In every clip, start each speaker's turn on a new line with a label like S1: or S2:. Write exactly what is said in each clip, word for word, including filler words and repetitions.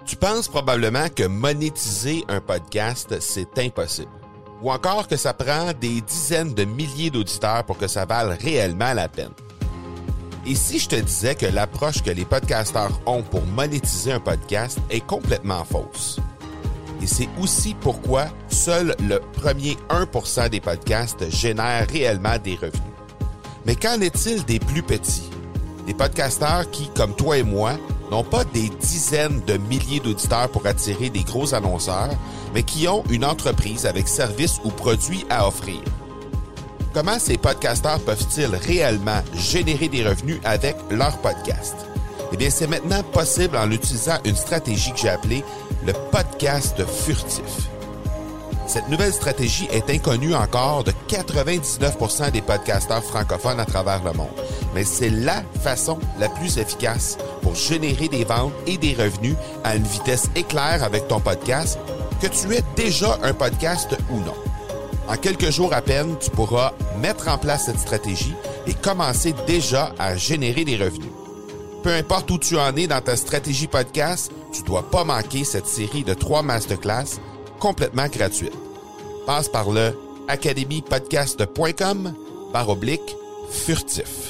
S1: Tu penses probablement que monétiser un podcast, c'est impossible. Ou encore que ça prend des dizaines de milliers d'auditeurs pour que ça vale réellement la peine. Et si je te disais que l'approche que les podcasteurs ont pour monétiser un podcast est complètement fausse? Et c'est aussi pourquoi seul le premier un pour cent des podcasts génèrent réellement des revenus. Mais qu'en est-il des plus petits? Des podcasteurs qui, comme toi et moi, n'ont pas des dizaines de milliers d'auditeurs pour attirer des gros annonceurs, mais qui ont une entreprise avec services ou produits à offrir. Comment ces podcasteurs peuvent-ils réellement générer des revenus avec leur podcast? Eh bien, c'est maintenant possible en utilisant une stratégie que j'ai appelée le podcast furtif. Cette nouvelle stratégie est inconnue encore de quatre-vingt-dix-neuf pour cent des podcasteurs francophones à travers le monde. Mais c'est la façon la plus efficace pour générer des ventes et des revenus à une vitesse éclair avec ton podcast, que tu aies déjà un podcast ou non. En quelques jours à peine, tu pourras mettre en place cette stratégie et commencer déjà à générer des revenus. Peu importe où tu en es dans ta stratégie podcast, tu ne dois pas manquer cette série de trois masterclass complètement gratuite. Passe par le academy podcast point com barre oblique furtif.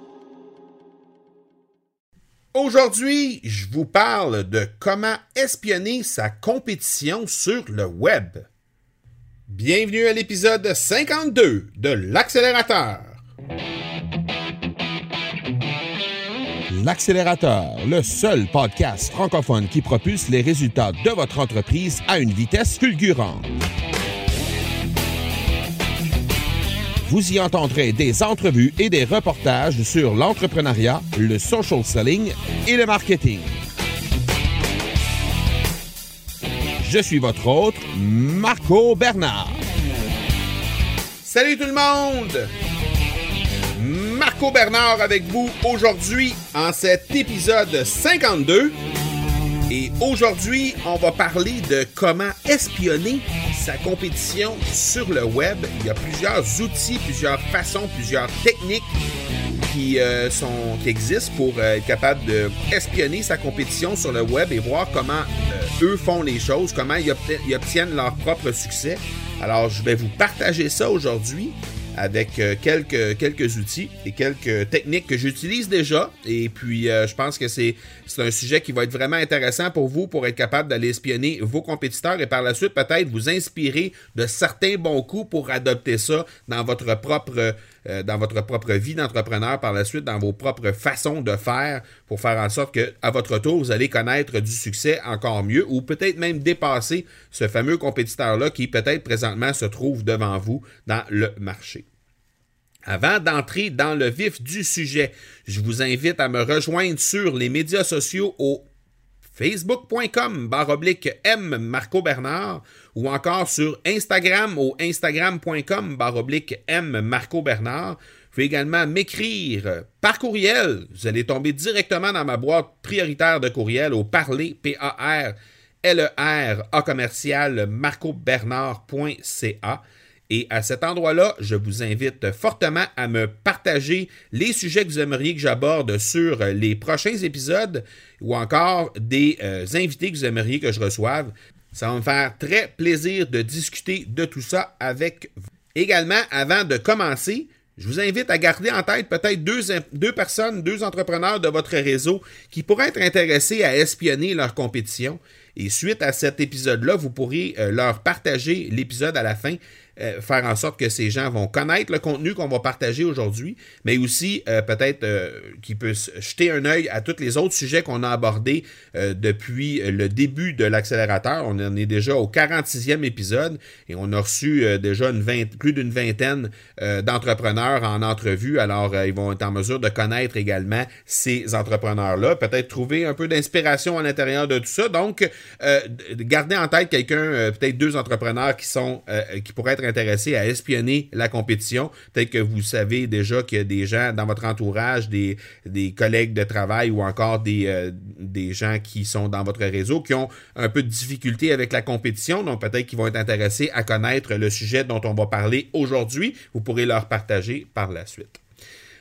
S1: Aujourd'hui, je vous parle de comment espionner sa compétition sur le web. Bienvenue à l'épisode cinquante-deux de l'Accélérateur.
S2: L'Accélérateur, le seul podcast francophone qui propulse les résultats de votre entreprise à une vitesse fulgurante. Vous y entendrez des entrevues et des reportages sur l'entrepreneuriat, le social selling et le marketing. Je suis votre hôte, Marco Bernard.
S1: Salut tout le monde! Marco Bernard avec vous aujourd'hui en cet épisode cinquante-deux. Et aujourd'hui, on va parler de comment espionner sa compétition sur le web. Il y a plusieurs outils, plusieurs façons, plusieurs techniques qui, euh, sont, qui existent pour euh, être capable d'espionner sa compétition sur le web et voir comment euh, eux font les choses, comment ils, obte- ils obtiennent leur propre succès. Alors, je vais vous partager ça aujourd'hui avec euh, quelques, quelques outils et quelques techniques que j'utilise déjà. Et puis, euh, je pense que c'est, c'est un sujet qui va être vraiment intéressant pour vous pour être capable d'aller espionner vos compétiteurs et par la suite, peut-être vous inspirer de certains bons coups pour adopter ça dans votre propre, euh, dans votre propre vie d'entrepreneur par la suite, dans vos propres façons de faire pour faire en sorte qu'à votre tour, vous allez connaître du succès encore mieux ou peut-être même dépasser ce fameux compétiteur-là qui peut-être présentement se trouve devant vous dans le marché. Avant d'entrer dans le vif du sujet, je vous invite à me rejoindre sur les médias sociaux au facebook point com barre oblique M Marco Bernard ou encore sur Instagram au instagram point com barre oblique M Marco Bernard. Vous pouvez également m'écrire par courriel. Vous allez tomber directement dans ma boîte prioritaire de courriel au parler, P A R L E R A commercial marcobernard point C A. Et à cet endroit-là, je vous invite fortement à me partager les sujets que vous aimeriez que j'aborde sur les prochains épisodes ou encore des euh, invités que vous aimeriez que je reçoive. Ça va me faire très plaisir de discuter de tout ça avec vous. Également, avant de commencer, je vous invite à garder en tête peut-être deux, deux personnes, deux entrepreneurs de votre réseau qui pourraient être intéressés à espionner leur compétition. Et suite à cet épisode-là, vous pourrez euh, leur partager l'épisode à la fin, euh, faire en sorte que ces gens vont connaître le contenu qu'on va partager aujourd'hui, mais aussi euh, peut-être euh, qu'ils puissent jeter un œil à tous les autres sujets qu'on a abordés euh, depuis le début de l'accélérateur. On en est déjà au quarante-sixième épisode et on a reçu euh, déjà une vingt, plus d'une vingtaine euh, d'entrepreneurs en entrevue. Alors, euh, ils vont être en mesure de connaître également ces entrepreneurs-là, peut-être trouver un peu d'inspiration à l'intérieur de tout ça. Donc, Euh, gardez en tête quelqu'un, euh, peut-être deux entrepreneurs qui sont euh, qui pourraient être intéressés à espionner la compétition. Peut-être que vous savez déjà qu'il y a des gens dans votre entourage, des, des collègues de travail ou encore des, euh, des gens qui sont dans votre réseau qui ont un peu de difficulté avec la compétition. Donc peut-être qu'ils vont être intéressés à connaître le sujet dont on va parler aujourd'hui. Vous pourrez leur partager par la suite.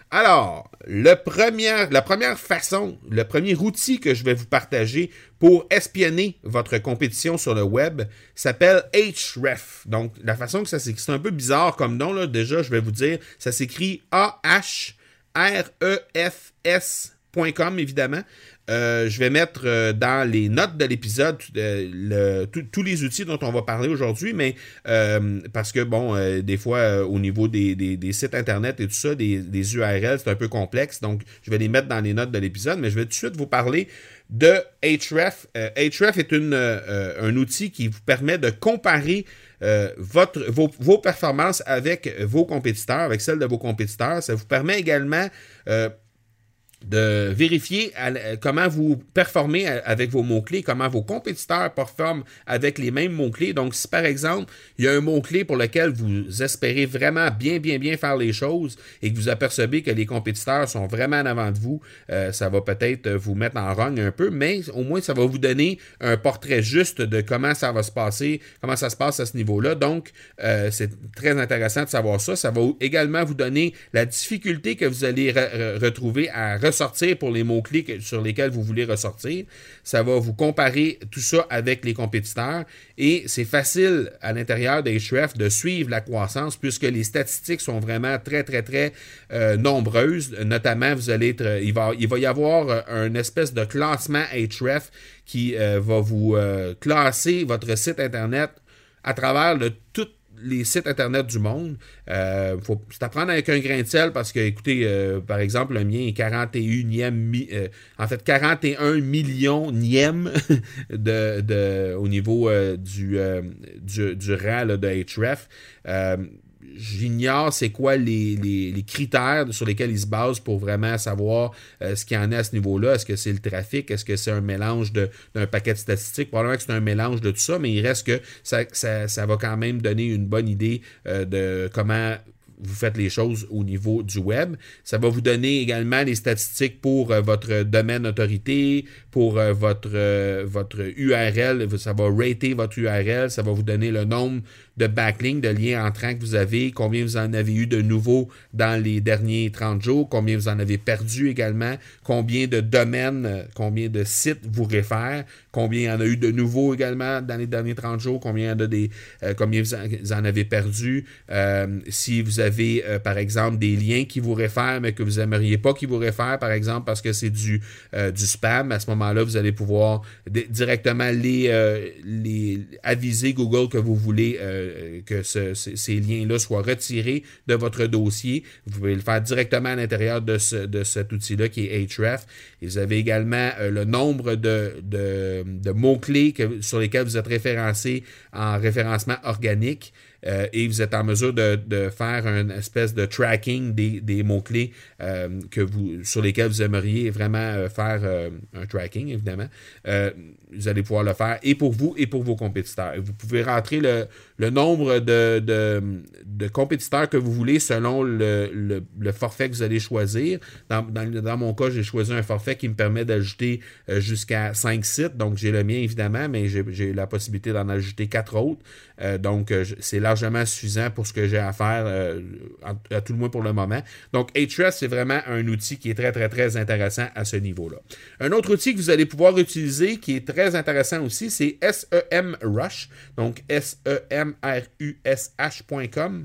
S1: Alors, le premier, la première façon, le premier outil que je vais vous partager pour espionner votre compétition sur le web s'appelle Ahrefs. Donc, la façon que ça s'écrit, c'est un peu bizarre comme nom, là. Déjà, je vais vous dire, ça s'écrit A H R E F S point com, évidemment. Euh, je vais mettre euh, dans les notes de l'épisode euh, le, tous les outils dont on va parler aujourd'hui, mais euh, parce que, bon, euh, des fois, euh, au niveau des, des, des sites Internet et tout ça, des, des U R L, c'est un peu complexe, donc je vais les mettre dans les notes de l'épisode, mais je vais tout de suite vous parler de Ahrefs. Euh, Ahrefs est une, euh, un outil qui vous permet de comparer Euh, votre, vos, vos performances avec vos compétiteurs, avec celles de vos compétiteurs. Ça vous permet également euh, de vérifier à, comment vous performez avec vos mots-clés, comment vos compétiteurs performent avec les mêmes mots-clés. Donc, si par exemple, il y a un mot-clé pour lequel vous espérez vraiment bien, bien, bien faire les choses et que vous apercevez que les compétiteurs sont vraiment en avant de vous, euh, ça va peut-être vous mettre en rogne un peu, mais au moins, ça va vous donner un portrait juste de comment ça va se passer, comment ça se passe à ce niveau-là. Donc, euh, c'est très intéressant de savoir ça. Ça va également vous donner la difficulté que vous allez re- retrouver à ressortir pour les mots-clés que, sur lesquels vous voulez ressortir. Ça va vous comparer tout ça avec les compétiteurs et c'est facile à l'intérieur d'Ahrefs de suivre la croissance puisque les statistiques sont vraiment très, très, très euh, nombreuses. Notamment, vous allez être, il va, il va y avoir un espèce de classement Ahrefs qui euh, va vous euh, classer votre site Internet à travers le tout les sites Internet du monde. Euh, faut, c'est à prendre avec un grain de sel parce que, écoutez, euh, par exemple, le mien est quarante et unième, euh, en fait, quarante et un millionième de, de, au niveau euh, du, euh, du, du rang là, de Ahrefs. Euh, J'ignore c'est quoi les, les, les critères sur lesquels ils se basent pour vraiment savoir euh, ce qu'il y en a à ce niveau-là. Est-ce que c'est le trafic? Est-ce que c'est un mélange de, d'un paquet de statistiques? Probablement que c'est un mélange de tout ça, mais il reste que ça, ça, ça va quand même donner une bonne idée euh, de comment vous faites les choses au niveau du web. Ça va vous donner également les statistiques pour euh, votre domaine autorité, pour euh, votre, euh, votre U R L. Ça va rater votre U R L. Ça va vous donner le nombre de backlinks, de liens entrants que vous avez, combien vous en avez eu de nouveaux dans les derniers trente jours, combien vous en avez perdu également, combien de domaines, combien de sites vous réfèrent, combien il y en a eu de nouveaux également dans les derniers trente jours, combien il y en a des, euh, combien vous en, vous en avez perdu, euh, si vous avez, euh, par exemple, des liens qui vous réfèrent, mais que vous n'aimeriez pas qu'ils vous réfèrent, par exemple, parce que c'est du, euh, du spam, à ce moment-là, vous allez pouvoir d- directement les, euh, les aviser Google que vous voulez euh, que ce, ces, ces liens-là soient retirés de votre dossier. Vous pouvez le faire directement à l'intérieur de, ce, de cet outil-là qui est Ahrefs. Et vous avez également euh, le nombre de, de, de mots-clés que, sur lesquels vous êtes référencé en référencement organique. Euh, et vous êtes en mesure de, de faire une espèce de tracking des, des mots-clés euh, que vous, sur lesquels vous aimeriez vraiment euh, faire euh, un tracking, évidemment. Euh, vous allez pouvoir le faire et pour vous et pour vos compétiteurs. Vous pouvez rentrer le, le nombre de, de, de compétiteurs que vous voulez selon le, le, le forfait que vous allez choisir. Dans, dans, dans mon cas, j'ai choisi un forfait qui me permet d'ajouter euh, jusqu'à cinq sites. Donc, j'ai le mien, évidemment, mais j'ai, j'ai la possibilité d'en ajouter quatre autres. Euh, donc, euh, c'est largement suffisant pour ce que j'ai à faire, euh, à, à tout le moins pour le moment. Donc, Ahrefs, c'est vraiment un outil qui est très, très, très intéressant à ce niveau-là. Un autre outil que vous allez pouvoir utiliser, qui est très intéressant aussi, c'est SEMrush, donc S E M R U S H point com.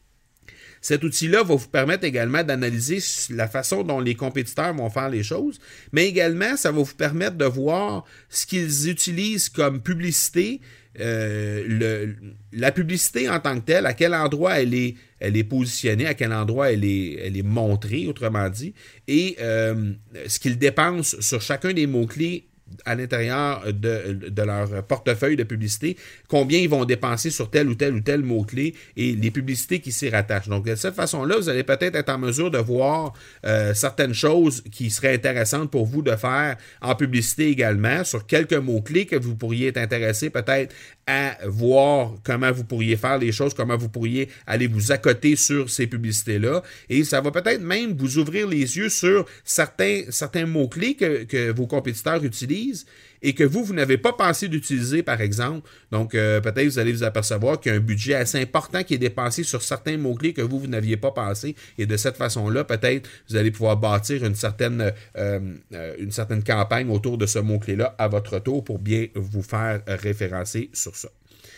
S1: Cet outil-là va vous permettre également d'analyser la façon dont les compétiteurs vont faire les choses, mais également, ça va vous permettre de voir ce qu'ils utilisent comme publicité, euh, le, la publicité en tant que telle, à quel endroit elle est, elle est positionnée, à quel endroit elle est, elle est montrée, autrement dit, et euh, ce qu'ils dépensent sur chacun des mots-clés à l'intérieur de, de leur portefeuille de publicité, combien ils vont dépenser sur tel ou tel ou tel mot-clé et les publicités qui s'y rattachent. Donc, de cette façon-là, vous allez peut-être être en mesure de voir euh, certaines choses qui seraient intéressantes pour vous de faire en publicité également, sur quelques mots-clés que vous pourriez être intéressé peut-être à voir comment vous pourriez faire les choses, comment vous pourriez aller vous accoter sur ces publicités-là. Et ça va peut-être même vous ouvrir les yeux sur certains, certains mots-clés que, que vos compétiteurs utilisent utilisent et que vous, vous n'avez pas pensé d'utiliser, par exemple. Donc, euh, peut-être vous allez vous apercevoir qu'il y a un budget assez important qui est dépensé sur certains mots-clés que vous, vous n'aviez pas pensé. Et de cette façon-là, peut-être, vous allez pouvoir bâtir une certaine, euh, une certaine campagne autour de ce mot-clé-là à votre tour pour bien vous faire référencer sur ça.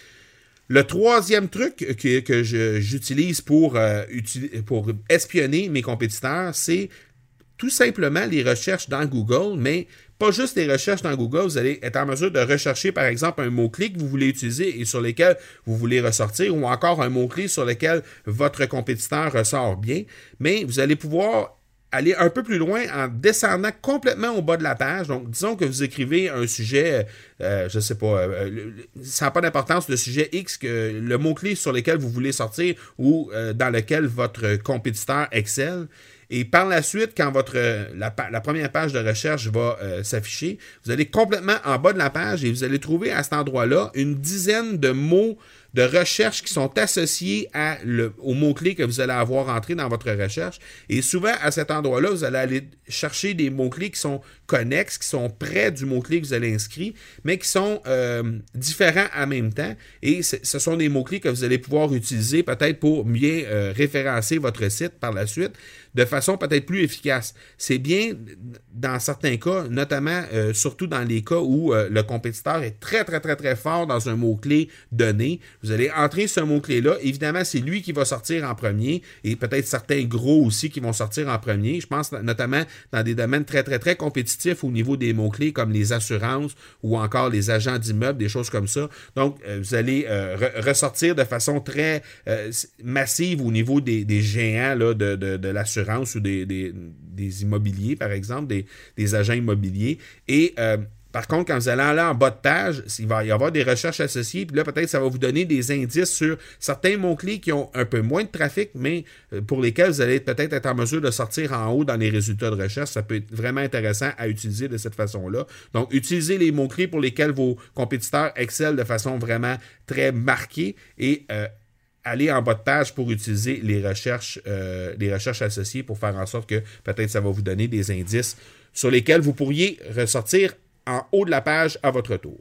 S1: Le troisième truc que, que je, j'utilise pour, euh, util, pour espionner mes compétiteurs, c'est tout simplement les recherches dans Google, mais pas juste les recherches dans Google. Vous allez être en mesure de rechercher, par exemple, un mot-clé que vous voulez utiliser et sur lequel vous voulez ressortir, ou encore un mot-clé sur lequel votre compétiteur ressort bien, mais vous allez pouvoir aller un peu plus loin en descendant complètement au bas de la page. Donc, disons que vous écrivez un sujet, euh, je ne sais pas, euh, ça n'a pas d'importance, le sujet X, que le mot-clé sur lequel vous voulez sortir ou euh, dans lequel votre compétiteur excelle. Et par la suite, quand votre la, la première page de recherche va euh, s'afficher, vous allez complètement en bas de la page et vous allez trouver à cet endroit-là une dizaine de mots de recherche qui sont associés à le, au mot-clé que vous allez avoir entré dans votre recherche. Et souvent, à cet endroit-là, vous allez aller chercher des mots-clés qui sont connexes, qui sont près du mot-clé que vous avez inscrit, mais qui sont euh, différents en même temps. Et ce sont des mots-clés que vous allez pouvoir utiliser peut-être pour mieux euh, référencer votre site par la suite, de façon peut-être plus efficace. C'est bien dans certains cas, notamment euh, surtout dans les cas où euh, le compétiteur est très, très, très, très fort dans un mot-clé donné. Vous allez entrer ce mot-clé-là. Évidemment, c'est lui qui va sortir en premier et peut-être certains gros aussi qui vont sortir en premier. Je pense notamment dans des domaines très, très, très compétitifs au niveau des mots-clés comme les assurances ou encore les agents d'immeubles, des choses comme ça. Donc, euh, vous allez euh, re- ressortir de façon très euh, massive au niveau des, des géants là, de, de, de l'assurance ou des, des, des immobiliers, par exemple, des, des agents immobiliers. Et euh, par contre, quand vous allez aller en bas de page, il va y avoir des recherches associées, puis là, peut-être, ça va vous donner des indices sur certains mots-clés qui ont un peu moins de trafic, mais pour lesquels vous allez peut-être être en mesure de sortir en haut dans les résultats de recherche. Ça peut être vraiment intéressant à utiliser de cette façon-là. Donc, utilisez les mots-clés pour lesquels vos compétiteurs excellent de façon vraiment très marquée et euh, aller en bas de page pour utiliser les recherches, euh, les recherches associées pour faire en sorte que peut-être ça va vous donner des indices sur lesquels vous pourriez ressortir en haut de la page à votre tour.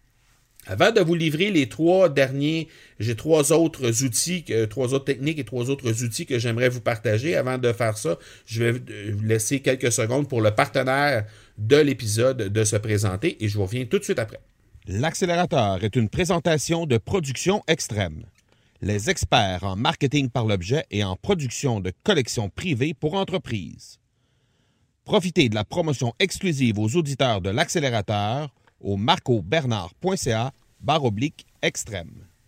S1: Avant de vous livrer les trois derniers, j'ai trois autres outils, euh, trois autres techniques et trois autres outils que j'aimerais vous partager. Avant de faire ça, je vais vous laisser quelques secondes pour le partenaire de l'épisode de se présenter et je vous reviens tout de suite après.
S2: L'accélérateur est une présentation de Production Extrême. Les experts en marketing par l'objet et en production de collections privées pour entreprises. Profitez de la promotion exclusive aux auditeurs de l'accélérateur au marcobernard.ca barre oblique extrême.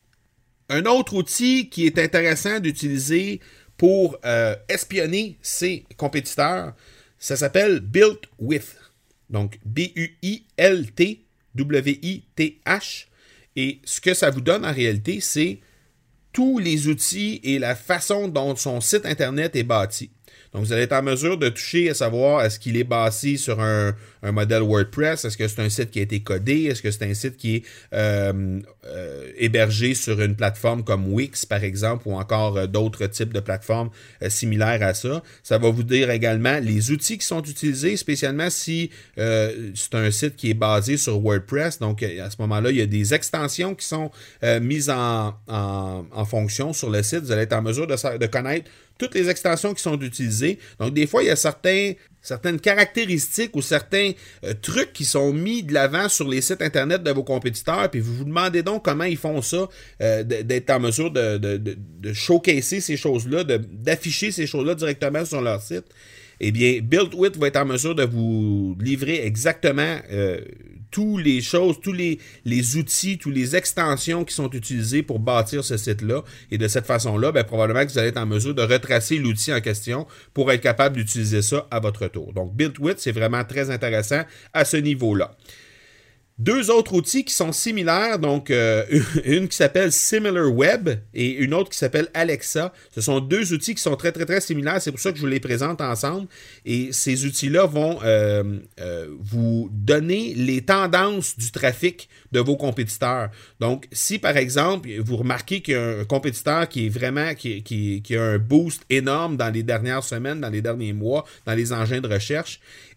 S1: Un autre outil qui est intéressant d'utiliser pour euh, espionner ses compétiteurs, ça s'appelle Built With. Donc B U I L T W I T H. Et ce que ça vous donne en réalité, c'est tous les outils et la façon dont son site Internet est bâti. Donc, vous allez être en mesure de toucher à savoir est-ce qu'il est bâti sur un, un modèle WordPress, est-ce que c'est un site qui a été codé, est-ce que c'est un site qui est euh, euh, hébergé sur une plateforme comme Wix, par exemple, ou encore euh, d'autres types de plateformes euh, similaires à ça. Ça va vous dire également les outils qui sont utilisés, spécialement si euh, c'est un site qui est basé sur WordPress. Donc, à ce moment-là, il y a des extensions qui sont euh, mises en, en, en fonction sur le site. Vous allez être en mesure de, de connaître toutes les extensions qui sont utilisées. Donc, des fois, il y a certains, certaines caractéristiques ou certains euh, trucs qui sont mis de l'avant sur les sites Internet de vos compétiteurs, puis vous vous demandez donc comment ils font ça, euh, d'être en mesure de, de, de, de showcaser ces choses-là, de, d'afficher ces choses-là directement sur leur site. Eh bien, BuiltWith va être en mesure de vous livrer exactement euh, toutes les choses, tous les, les outils, toutes les extensions qui sont utilisées pour bâtir ce site-là. Et de cette façon-là, bien, probablement que vous allez être en mesure de retracer l'outil en question pour être capable d'utiliser ça à votre tour. Donc, BuiltWith, c'est vraiment très intéressant à ce niveau-là. Deux autres outils qui sont similaires, donc euh, une qui s'appelle SimilarWeb et une autre qui s'appelle Alexa. Ce sont deux outils qui sont très, très, très similaires. C'est pour ça que je vous les présente ensemble. Et ces outils-là vont euh, euh, vous donner les tendances du trafic de vos compétiteurs. Donc, si par exemple, vous remarquez qu'il y a un compétiteur qui est vraiment, qui, qui, qui a un boost énorme dans les dernières semaines, dans les derniers mois, dans les engins de recherche,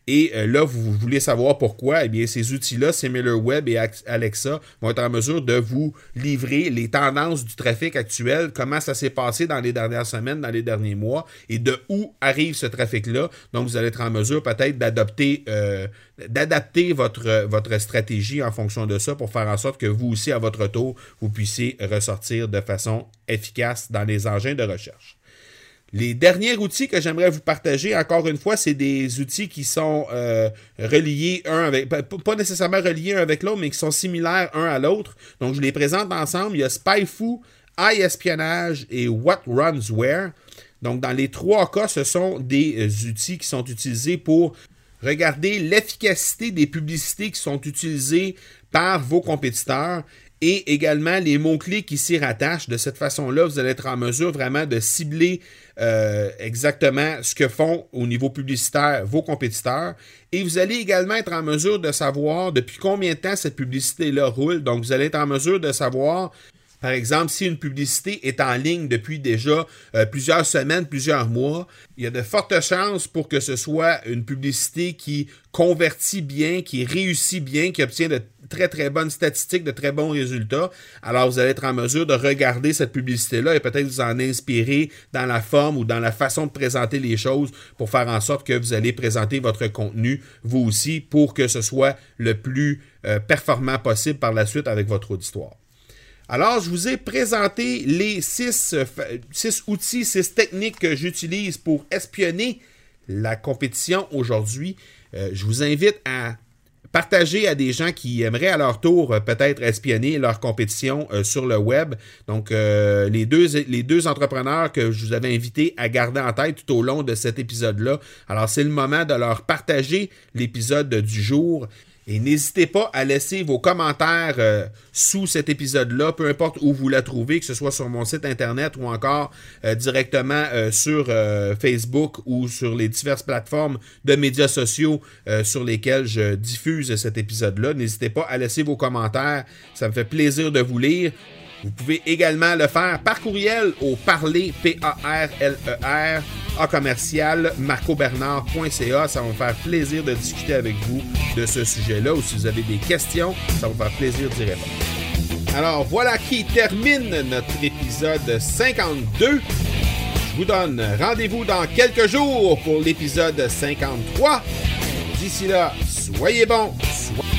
S1: Et euh, là, vous voulez savoir pourquoi. Eh bien, ces outils-là, SimilarWeb et Alexa, vont être en mesure de vous livrer les tendances du trafic actuel, comment ça s'est passé dans les dernières semaines, dans les derniers mois, et de où arrive ce trafic-là. Donc, vous allez être en mesure peut-être d'adopter, euh, d'adapter votre, votre stratégie en fonction de ça pour faire en sorte que vous aussi, à votre tour, vous puissiez ressortir de façon efficace dans les engins de recherche. Les derniers outils que j'aimerais vous partager, encore une fois, c'est des outils qui sont euh, reliés un avec, pas nécessairement reliés un avec l'autre, mais qui sont similaires un à l'autre. Donc, je les présente ensemble. Il y a SpyFu, iEspionnage et What Runs Where. Donc, dans les trois cas, ce sont des outils qui sont utilisés pour regarder l'efficacité des publicités qui sont utilisées par vos compétiteurs et également les mots-clés qui s'y rattachent. De cette façon-là, vous allez être en mesure vraiment de cibler euh, exactement ce que font au niveau publicitaire vos compétiteurs. Et vous allez également être en mesure de savoir depuis combien de temps cette publicité-là roule. Donc, vous allez être en mesure de savoir, par exemple, si une publicité est en ligne depuis déjà euh, plusieurs semaines, plusieurs mois, il y a de fortes chances pour que ce soit une publicité qui convertit bien, qui réussit bien, qui obtient de très, très bonnes statistiques, de très bons résultats. Alors, vous allez être en mesure de regarder cette publicité-là et peut-être vous en inspirer dans la forme ou dans la façon de présenter les choses pour faire en sorte que vous allez présenter votre contenu, vous aussi, pour que ce soit le plus euh, performant possible par la suite avec votre auditoire. Alors, je vous ai présenté les six, six outils, six techniques que j'utilise pour espionner la compétition aujourd'hui. Euh, je vous invite à partager à des gens qui aimeraient à leur tour euh, peut-être espionner leur compétition euh, sur le web. Donc, euh, les, deux, les deux entrepreneurs que je vous avais invités à garder en tête tout au long de cet épisode-là. Alors, c'est le moment de leur partager l'épisode du jour. Et n'hésitez pas à laisser vos commentaires euh, sous cet épisode-là, peu importe où vous la trouvez, que ce soit sur mon site internet ou encore euh, directement euh, sur euh, Facebook ou sur les diverses plateformes de médias sociaux euh, sur lesquelles je diffuse cet épisode-là. N'hésitez pas à laisser vos commentaires, ça me fait plaisir de vous lire. Vous pouvez également le faire par courriel au parler, P A R L E R, A commercial, marcobernard point c a. Ça va me faire plaisir de discuter avec vous de ce sujet-là, ou si vous avez des questions, ça va me faire plaisir d'y répondre. Alors, voilà qui termine notre épisode cinquante-deux. Je vous donne rendez-vous dans quelques jours pour l'épisode cinquante-trois. D'ici là, soyez bons, soyez